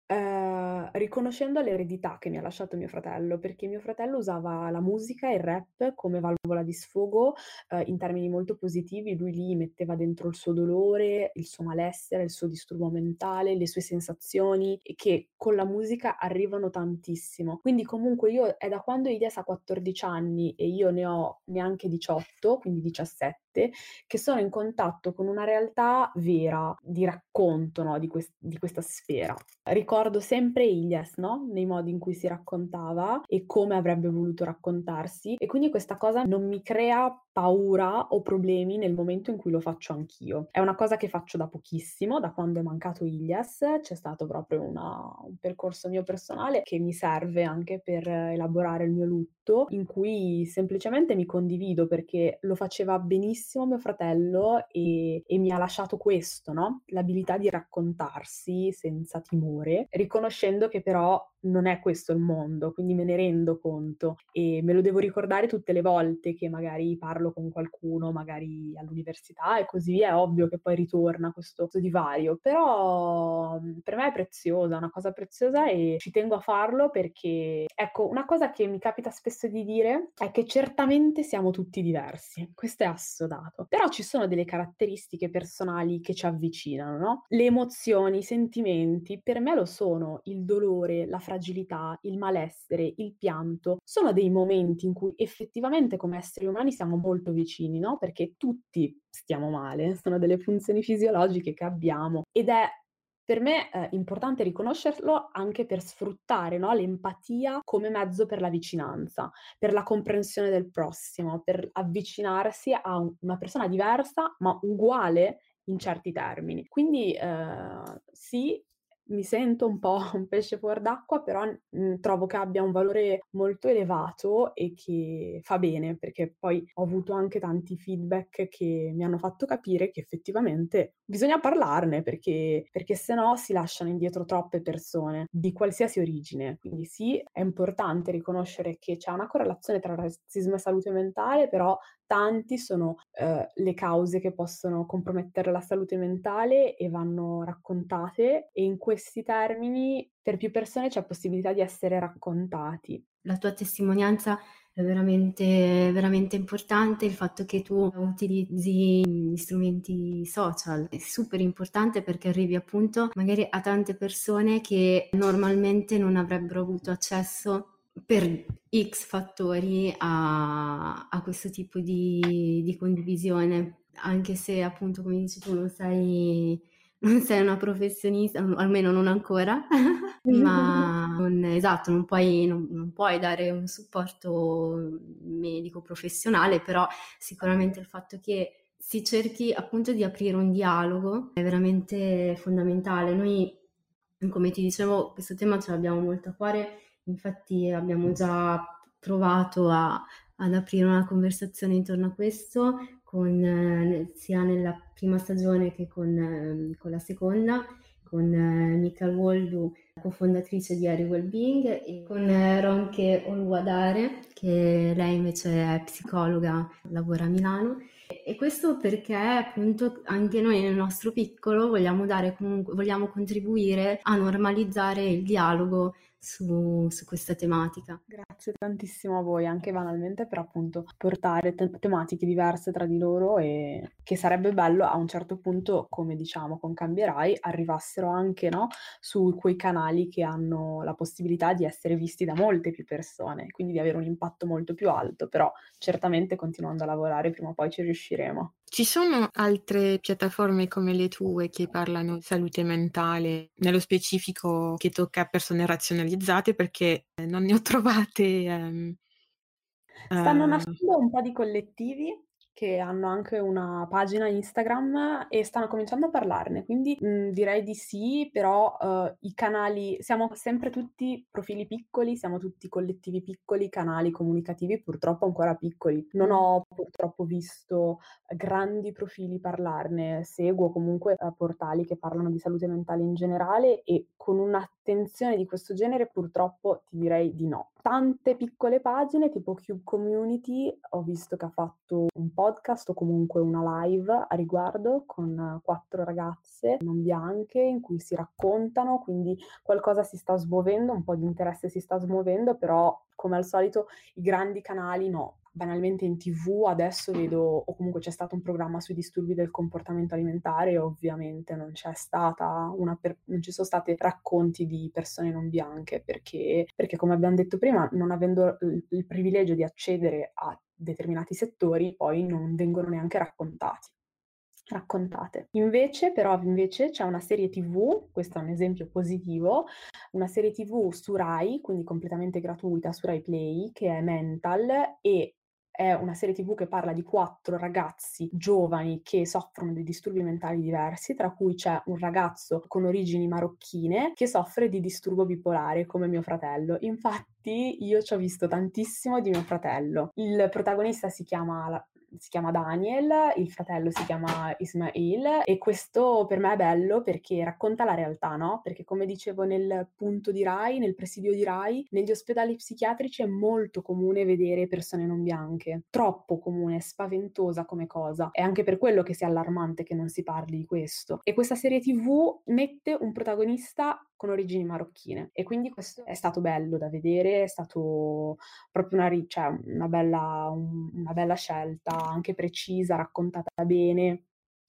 eh, riconoscendo l'eredità che mi ha lasciato mio fratello, perché mio fratello usava la musica e il rap come valvola di sfogo eh, in termini molto positivi. Lui lì metteva dentro il suo dolore, il suo malessere, il suo disturbo mentale, le sue sensazioni, e che con la musica arrivano tantissimo. Quindi comunque io è da quando Ilyes ha quattordici anni e io ne ho neanche diciotto, quindi diciassette, che sono in contatto con una realtà vera di racconto, no, di, quest- di questa sfera. Ricordo sempre Ilyes, no? Nei modi in cui si raccontava e come avrebbe voluto raccontarsi, e quindi questa cosa non mi crea paura o problemi nel momento in cui lo faccio anch'io. È una cosa che faccio da pochissimo, da quando è mancato Ilyes, c'è stato proprio una- un percorso mio personale che mi serve anche per elaborare il mio lutto, in cui semplicemente mi condivido perché lo faceva benissimo mio fratello e, e mi ha lasciato questo, no? L'abilità di raccontarsi senza timore, riconoscendo che però non è questo il mondo, quindi me ne rendo conto e me lo devo ricordare tutte le volte che magari parlo con qualcuno, magari all'università e così via. È ovvio che poi ritorna questo, questo divario, però mh, per me è preziosa, una cosa preziosa, e ci tengo a farlo perché, ecco, una cosa che mi capita spesso di dire è che certamente siamo tutti diversi, questo è assodato, però ci sono delle caratteristiche personali che ci avvicinano, no? Le emozioni, i sentimenti, per me lo sono il dolore, la fragilità, il malessere, il pianto, sono dei momenti in cui effettivamente come esseri umani siamo molto vicini, no? Perché tutti stiamo male, sono delle funzioni fisiologiche che abbiamo ed è per me è importante riconoscerlo anche per sfruttare, no, l'empatia come mezzo per la vicinanza, per la comprensione del prossimo, per avvicinarsi a un- una persona diversa ma uguale in certi termini. Quindi eh, sì, mi sento un po' un pesce fuor d'acqua, però mh, trovo che abbia un valore molto elevato e che fa bene, perché poi ho avuto anche tanti feedback che mi hanno fatto capire che effettivamente bisogna parlarne, perché, perché se no si lasciano indietro troppe persone di qualsiasi origine. Quindi sì, è importante riconoscere che c'è una correlazione tra razzismo e salute mentale, però tanti sono eh, le cause che possono compromettere la salute mentale e vanno raccontate, e in questi termini per più persone c'è possibilità di essere raccontati. La tua testimonianza è veramente, veramente importante il fatto che tu utilizzi gli strumenti social, è super importante perché arrivi appunto magari a tante persone che normalmente non avrebbero avuto accesso per X fattori a, a questo tipo di, di condivisione, anche se appunto come dici tu non sei, non sei una professionista, almeno non ancora, ma non, esatto, non puoi, non, non puoi dare un supporto medico professionale, però sicuramente il fatto che si cerchi appunto di aprire un dialogo è veramente fondamentale. Noi, come ti dicevo, questo tema ce l'abbiamo molto a cuore. Infatti abbiamo già provato a, ad aprire una conversazione intorno a questo, con, eh, sia nella prima stagione che con, eh, con la seconda, con eh, Michael Woldu, cofondatrice di Ari Wellbeing, e con eh, Ronke Oluwadare, che lei invece è psicologa, lavora a Milano. E questo perché appunto anche noi nel nostro piccolo vogliamo dare comunque, vogliamo contribuire a normalizzare il dialogo su, su questa tematica. Grazie tantissimo a voi, anche banalmente per appunto portare te- tematiche diverse tra di loro, e che sarebbe bello a un certo punto, come diciamo con Cambierai, arrivassero anche, no, su quei canali che hanno la possibilità di essere visti da molte più persone, quindi di avere un impatto molto più alto, però certamente continuando a lavorare prima o poi ci riusciremo. Ci sono altre piattaforme come le tue che parlano di salute mentale, nello specifico che tocca persone razionalizzate, perché eh, non ne ho trovate. ehm, Stanno eh, nascendo un po' di collettivi che hanno anche una pagina Instagram e stanno cominciando a parlarne, quindi mh, direi di sì, però eh, i canali, siamo sempre tutti profili piccoli, siamo tutti collettivi piccoli, canali comunicativi purtroppo ancora piccoli. Non ho purtroppo visto grandi profili parlarne, seguo comunque eh, portali che parlano di salute mentale in generale, e con un'attenzione di questo genere purtroppo ti direi di no. Tante piccole pagine tipo Cube Community ho visto che ha fatto un podcast o comunque una live a riguardo con quattro ragazze non bianche in cui si raccontano, quindi qualcosa si sta smuovendo, un po' di interesse si sta smuovendo, però come al solito i grandi canali no. Banalmente in tivù adesso vedo, o comunque c'è stato un programma sui disturbi del comportamento alimentare, e ovviamente non c'è stata una per- non ci sono stati racconti di persone non bianche, perché, perché come abbiamo detto prima, non avendo il, il privilegio di accedere a determinati settori, poi non vengono neanche raccontati. Raccontate. Invece, però, invece c'è una serie tivù, questo è un esempio positivo, una serie tivù su Rai, quindi completamente gratuita su Rai Play, che è Mental, e è una serie tivù che parla di quattro ragazzi giovani che soffrono di disturbi mentali diversi, tra cui c'è un ragazzo con origini marocchine che soffre di disturbo bipolare, come mio fratello. Infatti io ci ho visto tantissimo di mio fratello. Il protagonista si chiama si chiama Daniel, il fratello si chiama Ismail, e questo per me è bello perché racconta la realtà, no? Perché come dicevo nel punto di Rai, nel presidio di Rai, negli ospedali psichiatrici è molto comune vedere persone non bianche, troppo comune, spaventosa come cosa. È anche per quello che sia allarmante che non si parli di questo. E questa serie tivù mette un protagonista con origini marocchine, e quindi questo è stato bello da vedere, è stato proprio una, ri- cioè, una, bella, un- una bella scelta, anche precisa, raccontata bene.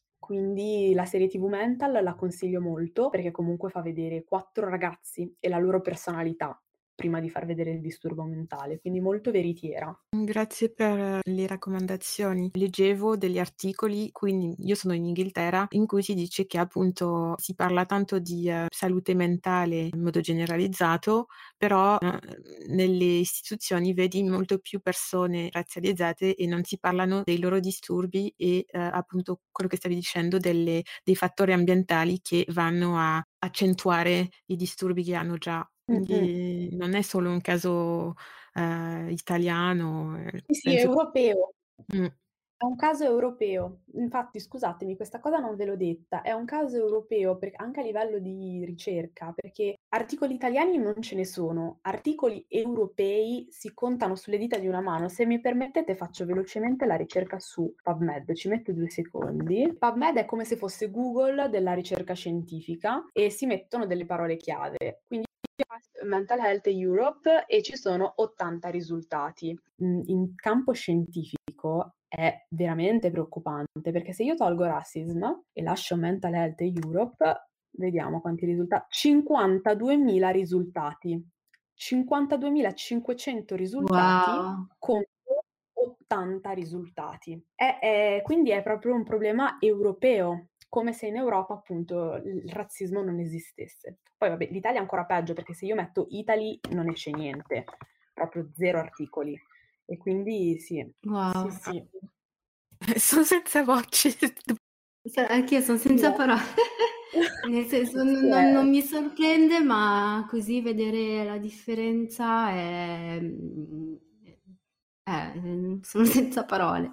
Quindi la serie tivù Mental la consiglio molto perché comunque fa vedere quattro ragazzi e la loro personalità prima di far vedere il disturbo mentale, quindi molto veritiera. Grazie per le raccomandazioni. Leggevo degli articoli, quindi io sono in Inghilterra, in cui si dice che appunto si parla tanto di eh, salute mentale in modo generalizzato, però eh, nelle istituzioni vedi molto più persone razzializzate e non si parlano dei loro disturbi e eh, appunto quello che stavi dicendo delle, dei fattori ambientali che vanno a accentuare i disturbi che hanno già. Quindi mm-hmm. non è solo un caso eh, italiano. Eh, sì, sì, penso... europeo. Mm. È un caso europeo, infatti scusatemi, questa cosa non ve l'ho detta, è un caso europeo per, anche a livello di ricerca, perché articoli italiani non ce ne sono, articoli europei si contano sulle dita di una mano. Se mi permettete faccio velocemente la ricerca su PubMed, ci metto due secondi. PubMed è come se fosse Google della ricerca scientifica e si mettono delle parole chiave, quindi Mental Health Europe e ci sono ottanta risultati. In campo scientifico è veramente preoccupante, perché se io tolgo razzism e lascio Mental Health Europe, vediamo quanti risultati. cinquantaduemila risultati. cinquantaduemilacinquecento risultati Wow. contro ottanta risultati. È, è, quindi è proprio un problema europeo, come se in Europa appunto il razzismo non esistesse. Poi vabbè, l'Italia è ancora peggio, perché se io metto Italy non esce niente, proprio zero articoli. E quindi sì, Wow. sì, sì. Sono senza voce. Anch'io sono senza No. parole. Nel senso, Sì, non, non- è- non mi sorprende, ma così vedere la differenza è... eh, sono senza parole.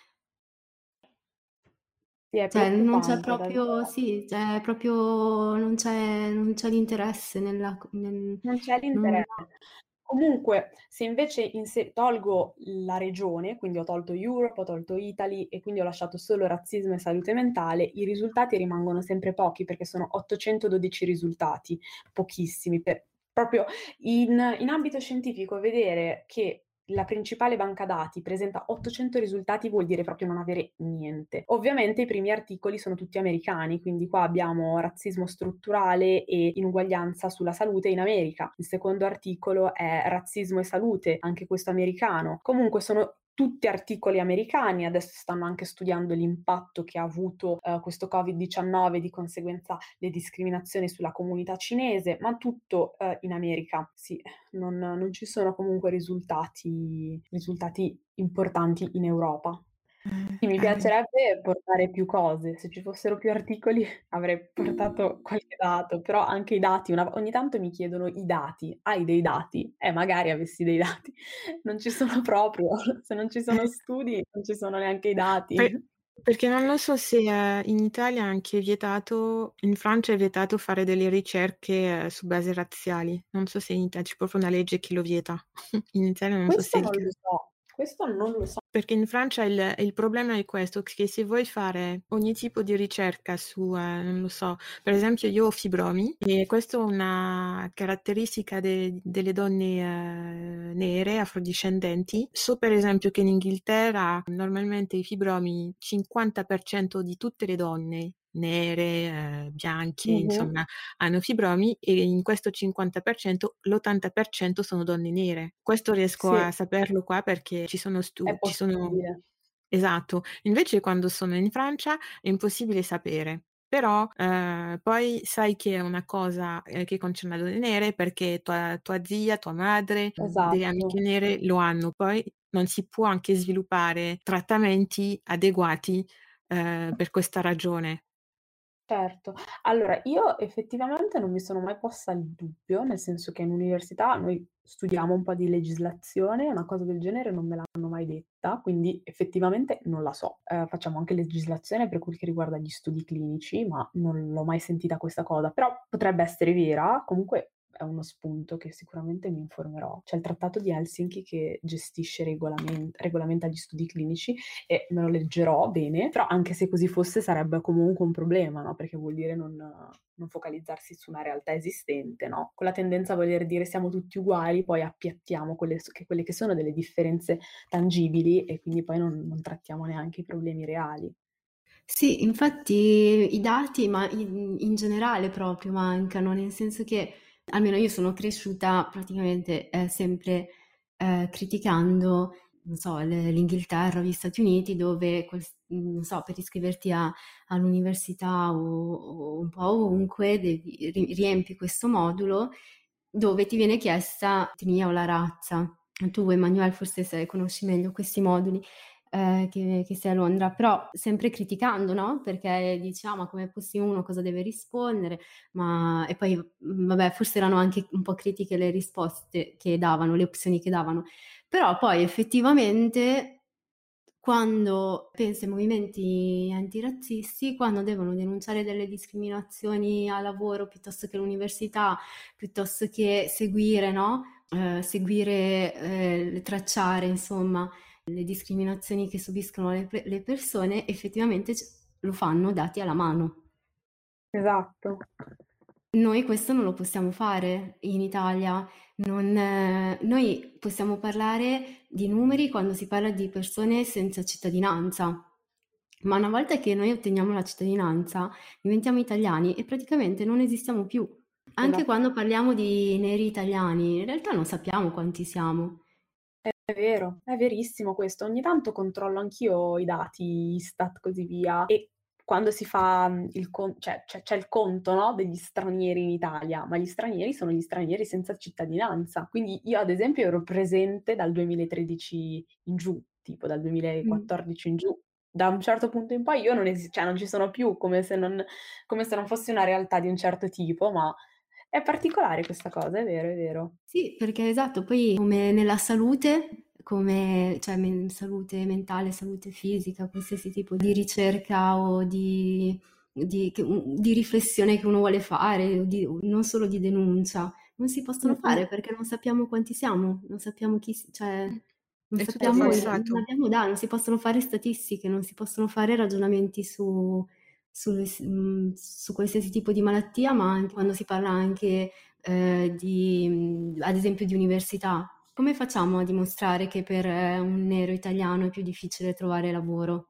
sì, è Cioè, non c'è preoccupante proprio, davvero. sì, cioè, proprio non c'è non c'è l'interesse nella... nel- Non c'è non- l'interesse. Comunque, se invece in se- tolgo la regione, quindi ho tolto Europe, ho tolto Italy e quindi ho lasciato solo razzismo e salute mentale, i risultati rimangono sempre pochi, perché sono ottocentododici risultati, pochissimi. Per- proprio in, in ambito scientifico, vedere che la principale banca dati presenta ottocento risultati vuol dire proprio non avere niente. Ovviamente i primi articoli sono tutti americani, quindi qua abbiamo razzismo strutturale e inuguaglianza sulla salute in America. Il secondo articolo è razzismo e salute, anche questo americano. Comunque sono tutti articoli americani, adesso stanno anche studiando l'impatto che ha avuto eh, questo covid diciannove, di conseguenza le discriminazioni sulla comunità cinese, ma tutto eh, in America. Sì, non, non ci sono comunque risultati, risultati importanti in Europa. Sì, mi piacerebbe portare più cose, se ci fossero più articoli avrei portato qualche dato, però anche i dati, una- ogni tanto mi chiedono i dati, hai dei dati? Eh, magari avessi dei dati, non ci sono proprio, se non ci sono studi non ci sono neanche i dati. Per- perché non lo so se eh, in Italia è anche vietato, in Francia è vietato fare delle ricerche eh, su basi razziali. Non so se in Italia c'è proprio una legge che lo vieta. In Italia non so Questo se... non lo so, questo non lo so. Perché in Francia il, il problema è questo, che se vuoi fare ogni tipo di ricerca su, eh, non lo so, per esempio io ho fibromi e questa è una caratteristica de- delle donne eh, nere, afrodiscendenti. So per esempio che in Inghilterra normalmente i fibromi, cinquanta per cento di tutte le donne nere, eh, bianche, Mhm. insomma, hanno fibromi e in questo cinquanta per cento l'ottanta per cento sono donne nere. Questo riesco Sì, a saperlo qua perché ci sono è studi, ci sono... possibile. Esatto. Invece quando sono in Francia è impossibile sapere. Però eh, poi sai che è una cosa eh, che concerne le donne nere perché tua, tua zia, tua madre, delle amiche Esatto. nere lo hanno. Poi non si può anche sviluppare trattamenti adeguati eh, per questa ragione. Certo, allora io effettivamente non mi sono mai posta il dubbio, nel senso che in università noi studiamo un po' di legislazione, una cosa del genere non me l'hanno mai detta, quindi effettivamente non la so. Eh, facciamo anche legislazione per quel che riguarda gli studi clinici, ma non l'ho mai sentita questa cosa, però potrebbe essere vera, comunque è uno spunto che sicuramente mi informerò. C'è il Trattato di Helsinki che gestisce regolament- regolamenta gli studi clinici e me lo leggerò bene, però anche se così fosse sarebbe comunque un problema, no? Perché vuol dire non, non focalizzarsi su una realtà esistente, no? Con la tendenza a voler dire siamo tutti uguali, poi appiattiamo quelle che, quelle che sono delle differenze tangibili e quindi poi non, non trattiamo neanche i problemi reali. Sì, infatti i dati, ma in, in generale proprio mancano, nel senso che almeno io sono cresciuta praticamente eh, sempre eh, criticando, non so, le- l'Inghilterra o gli Stati Uniti, dove, quel- non so, per iscriverti a- all'università o, o un po' ovunque, devi- ri- riempi questo modulo dove ti viene chiesta l'etnia o la razza. Tu, Emanuele, forse sai, conosci meglio questi moduli eh, che, che sei a Londra, però sempre criticando, no? Perché dici, ah, ma com'è possibile, uno cosa deve rispondere? Ma... E poi, mh, vabbè, forse erano anche un po' critiche le risposte che davano, le opzioni che davano, però poi effettivamente quando penso ai movimenti antirazzisti, quando devono denunciare delle discriminazioni a lavoro piuttosto che all'università, piuttosto che seguire, no? Eh, seguire, eh, tracciare, insomma, le discriminazioni che subiscono le, pe- le persone, effettivamente c- lo fanno dati alla mano. Esatto. Noi questo non lo possiamo fare in Italia. Non, eh, noi possiamo parlare di numeri quando si parla di persone senza cittadinanza, ma una volta che noi otteniamo la cittadinanza, diventiamo italiani e praticamente non esistiamo più. Anche Esatto. quando parliamo di neri italiani, in realtà non sappiamo quanti siamo. È vero, è verissimo questo. Ogni tanto controllo anch'io i dati Istat, così via, e quando si fa mm, il con- cioè, c'è, c'è il conto, no, degli stranieri in Italia, ma gli stranieri sono gli stranieri senza cittadinanza. Quindi io, ad esempio, ero presente dal duemilatredici in giù, tipo dal Mm. duemilaquattordici in giù. Da un certo punto in poi io non, esi- cioè, non ci sono più, come se non, come se non fosse una realtà di un certo tipo, ma è particolare questa cosa, è vero, è vero. Sì, perché esatto, poi come nella salute, come cioè men- salute mentale, salute fisica, qualsiasi tipo di ricerca o di, di- che- di riflessione che uno vuole fare, o di- non solo di denuncia, non si possono Mm, mm. fare perché non sappiamo quanti siamo, non sappiamo chi, si- cioè, non È tutto sappiamo, non falsato. abbiamo dati, non si possono fare statistiche, non si possono fare ragionamenti su, su, mm, su qualsiasi tipo di malattia, ma anche quando si parla anche eh, di, mh, ad esempio di università. Come facciamo a dimostrare che per eh, un nero italiano è più difficile trovare lavoro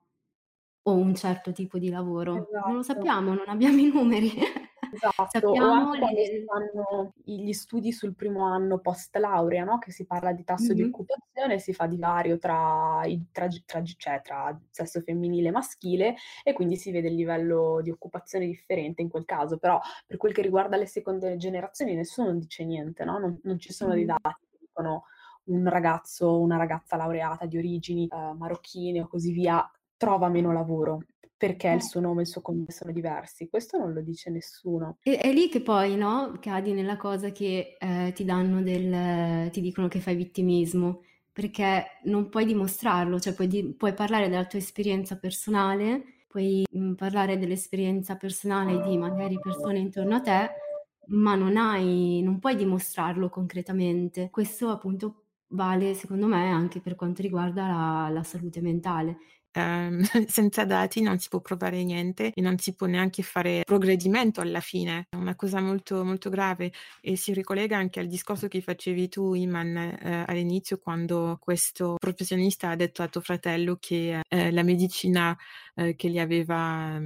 o un certo tipo di lavoro? Non lo Esatto. sappiamo, non abbiamo i numeri. Esatto, o Sappiamo anche quando si le... fanno gli studi sul primo anno post laurea, no? Che si parla di tasso di Mhm. occupazione, si fa divario tra, i- tra, tra- cioè, tra sesso femminile e maschile e quindi si vede il livello di occupazione differente in quel caso, però per quel che riguarda le seconde generazioni nessuno dice niente, no? Non, non ci sono dei Mhm. dati che dicono un ragazzo, una ragazza laureata di origini eh, marocchine o così via trova meno lavoro perché il suo nome e il suo cognome sono diversi. Questo non lo dice nessuno. E- È lì che poi, no, cadi nella cosa che eh, ti danno del, ti dicono che fai vittimismo, perché non puoi dimostrarlo, cioè puoi, di- puoi parlare della tua esperienza personale, puoi mm, parlare dell'esperienza personale di magari persone intorno a te, ma non hai, non puoi dimostrarlo concretamente. Questo appunto vale, secondo me, anche per quanto riguarda la, la salute mentale. Ehm, senza dati non si può provare niente e non si può neanche fare progredimento alla fine. È una cosa molto, molto grave e si ricollega anche al discorso che facevi tu, Iman, eh, all'inizio, quando questo professionista ha detto a tuo fratello che eh, la medicina eh, che gli aveva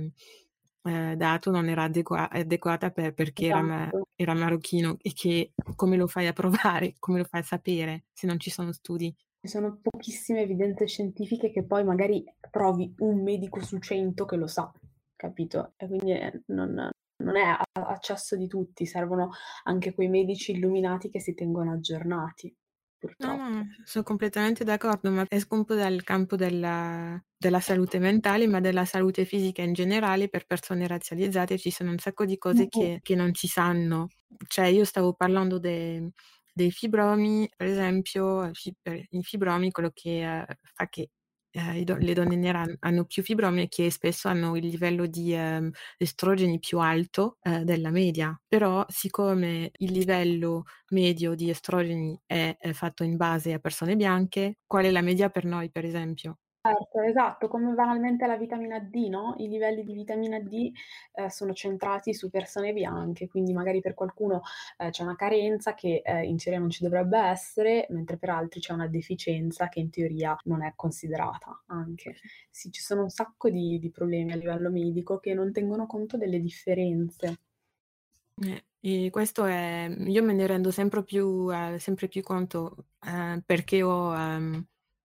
eh, dato non era adegua- adeguata per- perché era, ma- Esatto. era marocchino, e che come lo fai a provare, come lo fai a sapere se non ci sono studi? Ci sono pochissime evidenze scientifiche che poi magari trovi un medico su cento che lo sa, capito? E quindi eh, non, non è a- accesso di tutti, servono anche quei medici illuminati che si tengono aggiornati, No, purtroppo. no, sono completamente d'accordo, ma esco un po' dal campo della, della salute mentale, ma della salute fisica in generale. Per persone razzializzate ci sono un sacco di cose che, che non si sanno. Cioè, io stavo parlando de- dei fibromi, per esempio, fi- per i fibromi, quello che eh, fa che eh, i do- le donne nere han- hanno più fibromi e che spesso hanno il livello di ehm, estrogeni più alto eh, della media. Però, siccome il livello medio di estrogeni è, è fatto in base a persone bianche, qual è la media per noi, per esempio? Certo, esatto, come banalmente la vitamina D, no? I livelli di vitamina D eh, sono centrati su persone bianche, quindi magari per qualcuno eh, c'è una carenza che eh, in teoria non ci dovrebbe essere, mentre per altri c'è una deficienza che in teoria non è considerata anche. Sì, ci sono un sacco di, di problemi a livello medico che non tengono conto delle differenze. Eh, e questo è, io me ne rendo sempre più, eh, sempre più conto eh, perché ho ehm,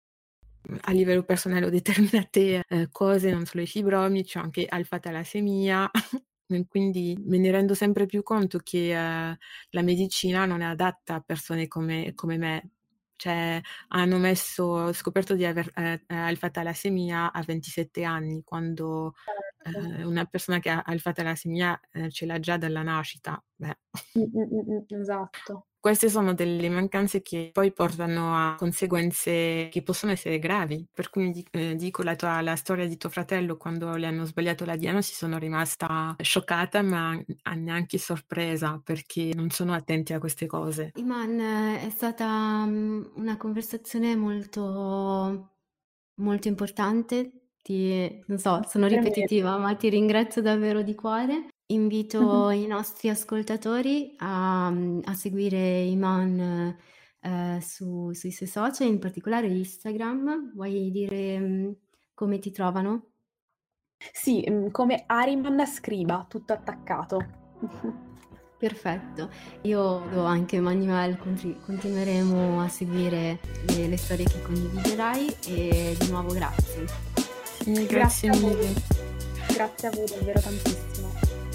a livello personale ho determinate eh, cose, non solo i fibromi, c'ho anche alfa-talassemia, e quindi me ne rendo sempre più conto che eh, la medicina non è adatta a persone come, come me. Cioè, hanno messo, ho scoperto di aver eh, alfa-talassemia a ventisette anni, quando Certo. eh, una persona che ha alfa-talassemia eh, ce l'ha già dalla nascita. Beh. Mm, mm, mm, mm, esatto. Queste sono delle mancanze che poi portano a conseguenze che possono essere gravi. Per cui di- eh, dico la, tua, la storia di tuo fratello, quando le hanno sbagliato la diagnosi, sono rimasta scioccata, ma neanche sorpresa, perché non sono attenti a queste cose. Iman, eh, è stata mm, una conversazione molto, molto importante. Ti, non so, sono Per me ripetitiva, ma ti ringrazio davvero di cuore. Invito i nostri ascoltatori a, a seguire Iman eh, su- sui suoi social, in particolare Instagram. Vuoi dire mm, come ti trovano? Sì, mm, come Ariman Scriba, tutto attaccato. Perfetto, io do anche Manuel, contri- continueremo a seguire le, le storie che condividerai e di nuovo grazie. Grazie, Grazie a voi. mille. Grazie a voi davvero tantissimo.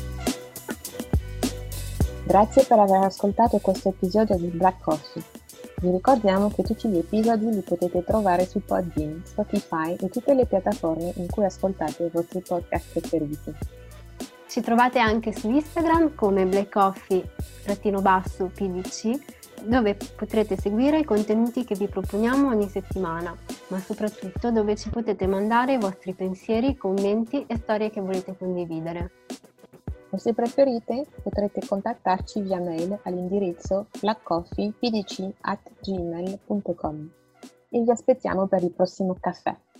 Grazie per aver ascoltato questo episodio di Black Coffee. Vi ricordiamo che tutti gli episodi li potete trovare su Podbean, Spotify e tutte le piattaforme in cui ascoltate i vostri podcast preferiti. Ci trovate anche su Instagram come Black Coffee-P D C, dove potrete seguire i contenuti che vi proponiamo ogni settimana, ma soprattutto dove ci potete mandare i vostri pensieri, commenti e storie che volete condividere. O se preferite, potrete contattarci via mail all'indirizzo blackcoffeepdc at gmail punto com e vi aspettiamo per il prossimo caffè.